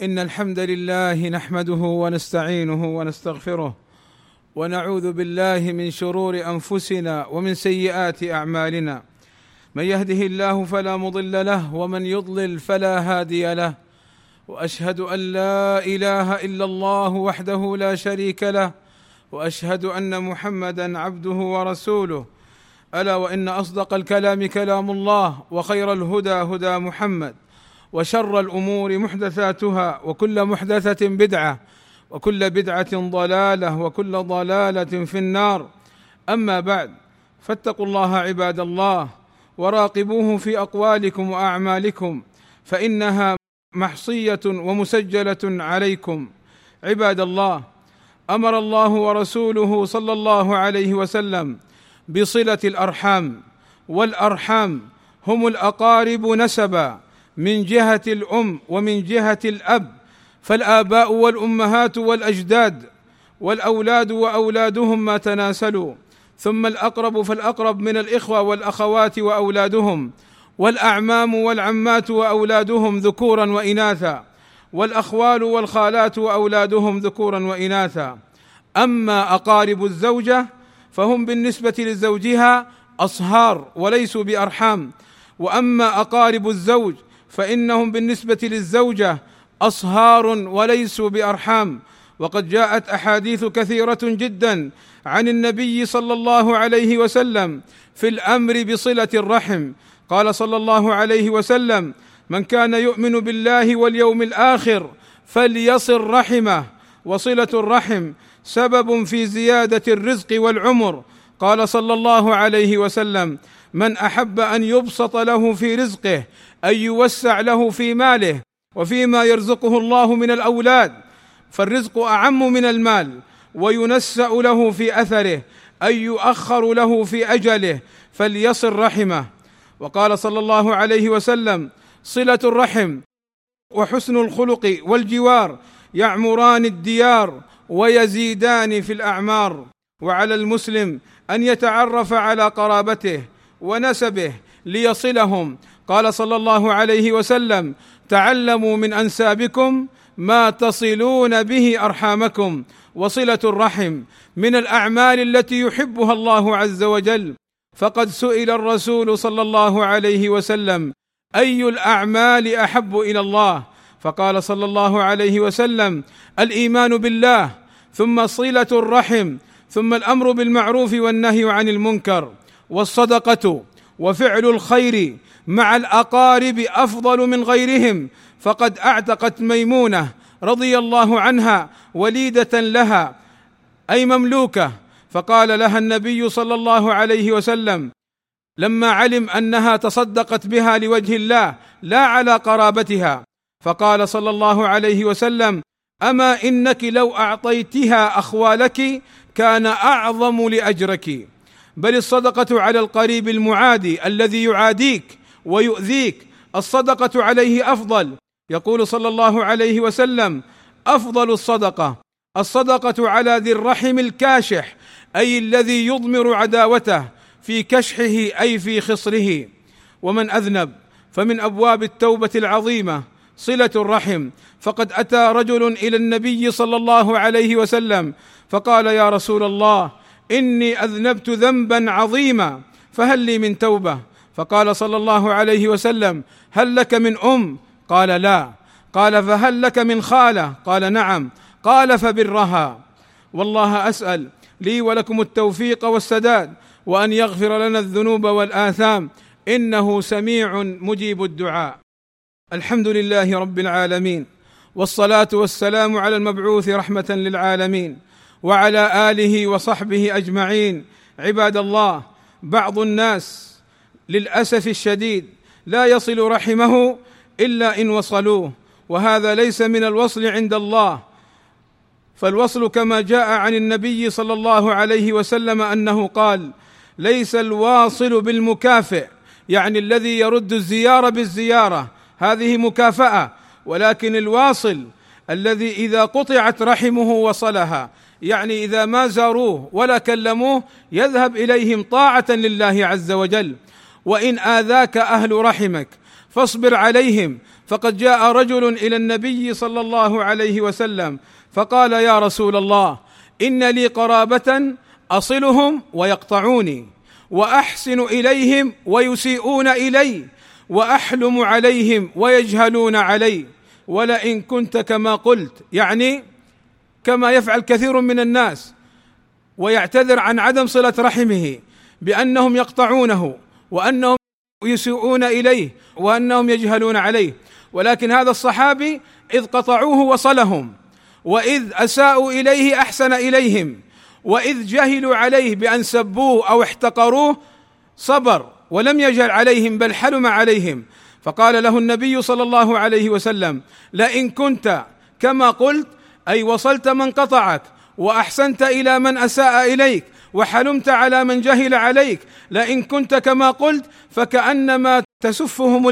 إن الحمد لله نحمده ونستعينه ونستغفره ونعوذ بالله من شرور أنفسنا ومن سيئات أعمالنا، من يهده الله فلا مضل له ومن يضلل فلا هادي له، وأشهد أن لا إله إلا الله وحده لا شريك له، وأشهد أن محمدا عبده ورسوله. ألا وإن أصدق الكلام كلام الله، وخير الهدى هدى محمد، وشر الأمور محدثاتها، وكل محدثة بدعة، وكل بدعة ضلالة، وكل ضلالة في النار. أما بعد، فاتقوا الله عباد الله، وراقبوه في أقوالكم وأعمالكم، فإنها محصية ومسجلة عليكم. عباد الله، أمر الله ورسوله صلى الله عليه وسلم بصلة الأرحام، والأرحام هم الأقارب نسبا من جهة الأم ومن جهة الأب، فالآباء والأمهات والأجداد، والأولاد وأولادهم ما تناسلوا، ثم الأقرب فالأقرب من الإخوة والأخوات وأولادهم، والأعمام والعمات وأولادهم ذكورا وإناثا، والأخوال والخالات وأولادهم ذكورا وإناثا. أما أقارب الزوجة فهم بالنسبة لزوجها أصهار وليسوا بأرحام، وأما أقارب الزوج فإنهم بالنسبة للزوجة أصهار وليسوا بأرحام. وقد جاءت أحاديث كثيرة جدا عن النبي صلى الله عليه وسلم في الأمر بصلة الرحم. قال صلى الله عليه وسلم: من كان يؤمن بالله واليوم الآخر فليصل رحمه، وصلة الرحم سبب في زيادة الرزق والعمر. قال صلى الله عليه وسلم: من أحب أن يبسط له في رزقه، أن يوسع له في ماله وفيما يرزقه الله من الأولاد، فالرزق أعم من المال، وينسأ له في أثره، أن يؤخر له في أجله، فليصل رحمه. وقال صلى الله عليه وسلم: صلة الرحم وحسن الخلق والجوار يعمران الديار ويزيدان في الأعمار. وعلى المسلم أن يتعرف على قرابته ونسبه ليصلهم. قال صلى الله عليه وسلم: تعلموا من أنسابكم ما تصلون به أرحامكم. وصلة الرحم من الأعمال التي يحبها الله عز وجل، فقد سئل الرسول صلى الله عليه وسلم: أي الأعمال أحب إلى الله؟ فقال صلى الله عليه وسلم: الإيمان بالله، ثم صلة الرحم، ثم الأمر بالمعروف والنهي عن المنكر، والصدقة وفعل الخير مع الأقارب أفضل من غيرهم. فقد أعتقت ميمونة رضي الله عنها وليدة لها، أي مملوكة، فقال لها النبي صلى الله عليه وسلم لما علم أنها تصدقت بها لوجه الله لا على قرابتها، فقال صلى الله عليه وسلم: أما إنك لو أعطيتها أخوالك كان أعظم لأجرك. بل الصدقة على القريب المعادي الذي يعاديك ويؤذيك، الصدقة عليه أفضل. يقول صلى الله عليه وسلم: أفضل الصدقة على ذي الرحم الكاشح، أي الذي يضمر عداوته في كشحه أي في خصره. ومن أذنب فمن أبواب التوبة العظيمة صلة الرحم. فقد أتى رجل إلى النبي صلى الله عليه وسلم فقال: يا رسول الله، إني أذنبت ذنبا عظيما، فهل لي من توبة؟ فقال صلى الله عليه وسلم: هل لك من أم؟ قال: لا. قال: فهل لك من خالة؟ قال: نعم. قال: فبرها. والله أسأل لي ولكم التوفيق والسداد، وأن يغفر لنا الذنوب والآثام، إنه سميع مجيب الدعاء. الحمد لله رب العالمين، والصلاة والسلام على المبعوث رحمة للعالمين، وعلى آله وصحبه أجمعين. عباد الله، بعض الناس للأسف الشديد لا يصل رحمه إلا إن وصلوه، وهذا ليس من الوصل عند الله. فالوصل كما جاء عن النبي صلى الله عليه وسلم أنه قال: ليس الواصل بالمكافئ، يعني الذي يرد الزيارة بالزيارة، هذه مكافأة، ولكن الواصل الذي إذا قطعت رحمه وصلها، يعني إذا ما زاروه ولا كلموه يذهب إليهم طاعة لله عز وجل. وإن آذاك أهل رحمك فاصبر عليهم، فقد جاء رجل إلى النبي صلى الله عليه وسلم فقال: يا رسول الله، إن لي قرابة أصلهم ويقطعوني، وأحسن إليهم ويسيئون إلي، وأحلم عليهم ويجهلون علي، ولئن كنت كما قلت، يعني كما يفعل كثير من الناس، ويعتذر عن عدم صلة رحمه بأنهم يقطعونه وأنهم يسيئون إليه وأنهم يجهلون عليه. ولكن هذا الصحابي إذ قطعوه وصلهم، وإذ أساءوا إليه أحسن إليهم، وإذ جهلوا عليه بأن سبوه أو احتقروه صبر ولم يجهل عليهم بل حلم عليهم. فقال له النبي صلى الله عليه وسلم: لئن كنت كما قلت، أي وصلت من قطعك وأحسنت إلى من أساء إليك وحلمت على من جهل عليك، لئن كنت كما قلت فكأنما تسفهم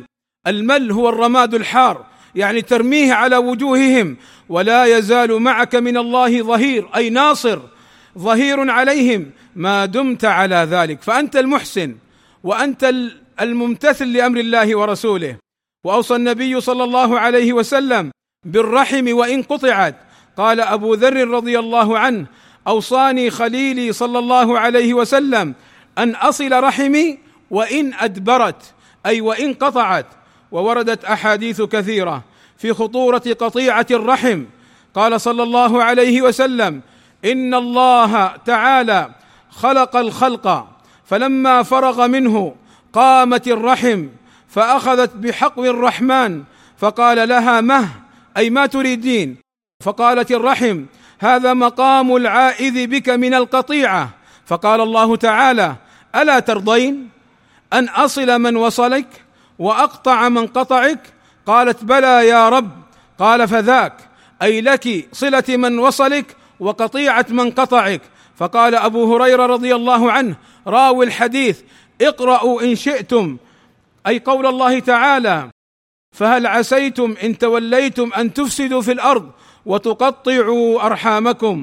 المل هو الرماد الحار، يعني ترميه على وجوههم، ولا يزال معك من الله ظهير، أي ناصر ظهير عليهم ما دمت على ذلك. فأنت المحسن وأنت الممتثل لأمر الله ورسوله. وأوصى النبي صلى الله عليه وسلم بالرحم وإن قطعت. قال أبو ذر رضي الله عنه: أوصاني خليلي صلى الله عليه وسلم أن أصل رحمي وإن أدبرت، أي وإن قطعت. ووردت أحاديث كثيرة في خطورة قطيعة الرحم. قال صلى الله عليه وسلم: إن الله تعالى خلق الخلق، فلما فرغ منه قامت الرحم فأخذت بحقو الرحمن فقال لها: مه، أي ما تريدين؟ فقالت الرحم: هذا مقام العائذ بك من القطيعة. فقال الله تعالى: ألا ترضين أن أصل من وصلك وأقطع من قطعك؟ قالت: بلى يا رب. قال: فذاك، أي لك صلة من وصلك وقطيعة من قطعك. فقال أبو هريرة رضي الله عنه راوي الحديث: اقرأوا إن شئتم، أي قول الله تعالى: فهل عسيتم إن توليتم أن تفسدوا في الأرض وتقطعوا أرحامكم،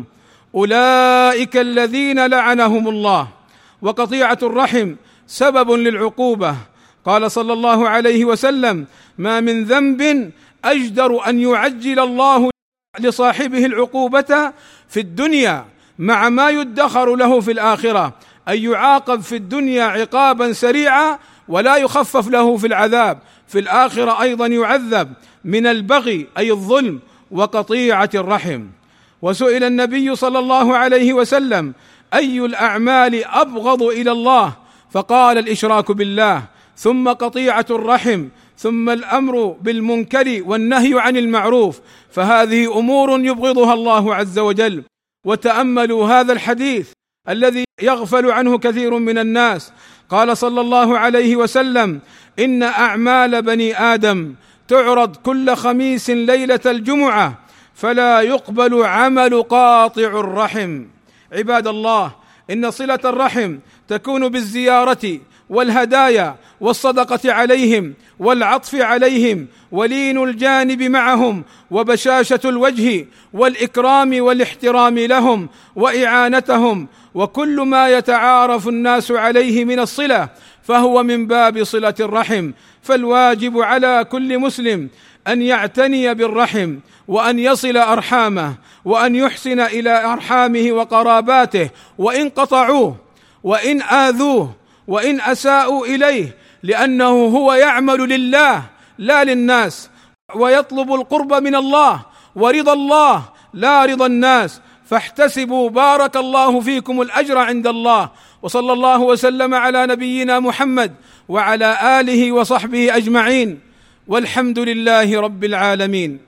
أولئك الذين لعنهم الله. وقطيعة الرحم سبب للعقوبة. قال صلى الله عليه وسلم: ما من ذنب أجدر أن يعجل الله لصاحبه العقوبة في الدنيا مع ما يدخر له في الآخرة، أي يعاقب في الدنيا عقابا سريعا ولا يخفف له في العذاب، في الآخرة أيضا يعذب من البغي أي الظلم وقطيعة الرحم. وسئل النبي صلى الله عليه وسلم: أي الأعمال أبغض إلى الله؟ فقال: الإشراك بالله، ثم قطيعة الرحم، ثم الأمر بالمنكر والنهي عن المعروف، فهذه أمور يبغضها الله عز وجل. وتأملوا هذا الحديث الذي يغفل عنه كثير من الناس. قال صلى الله عليه وسلم: إن أعمال بني آدم تعرض كل خميس ليلة الجمعة فلا يقبل عمل قاطع الرحم. عباد الله، إن صلة الرحم تكون بالزيارة والهدايا والصدقة عليهم والعطف عليهم ولين الجانب معهم وبشاشة الوجه والإكرام والاحترام لهم وإعانتهم، وكل ما يتعارف الناس عليه من الصلة فهو من باب صلة الرحم. فالواجب على كل مسلم أن يعتني بالرحم وأن يصل أرحامه وأن يحسن إلى أرحامه وقراباته، وإن قطعوه وإن آذوه وإن أساءوا إليه، لأنه هو يعمل لله لا للناس، ويطلب القرب من الله ورضا الله لا رضا الناس. فاحتسبوا بارك الله فيكم الأجر عند الله. وصلى الله وسلم على نبينا محمد وعلى آله وصحبه أجمعين، والحمد لله رب العالمين.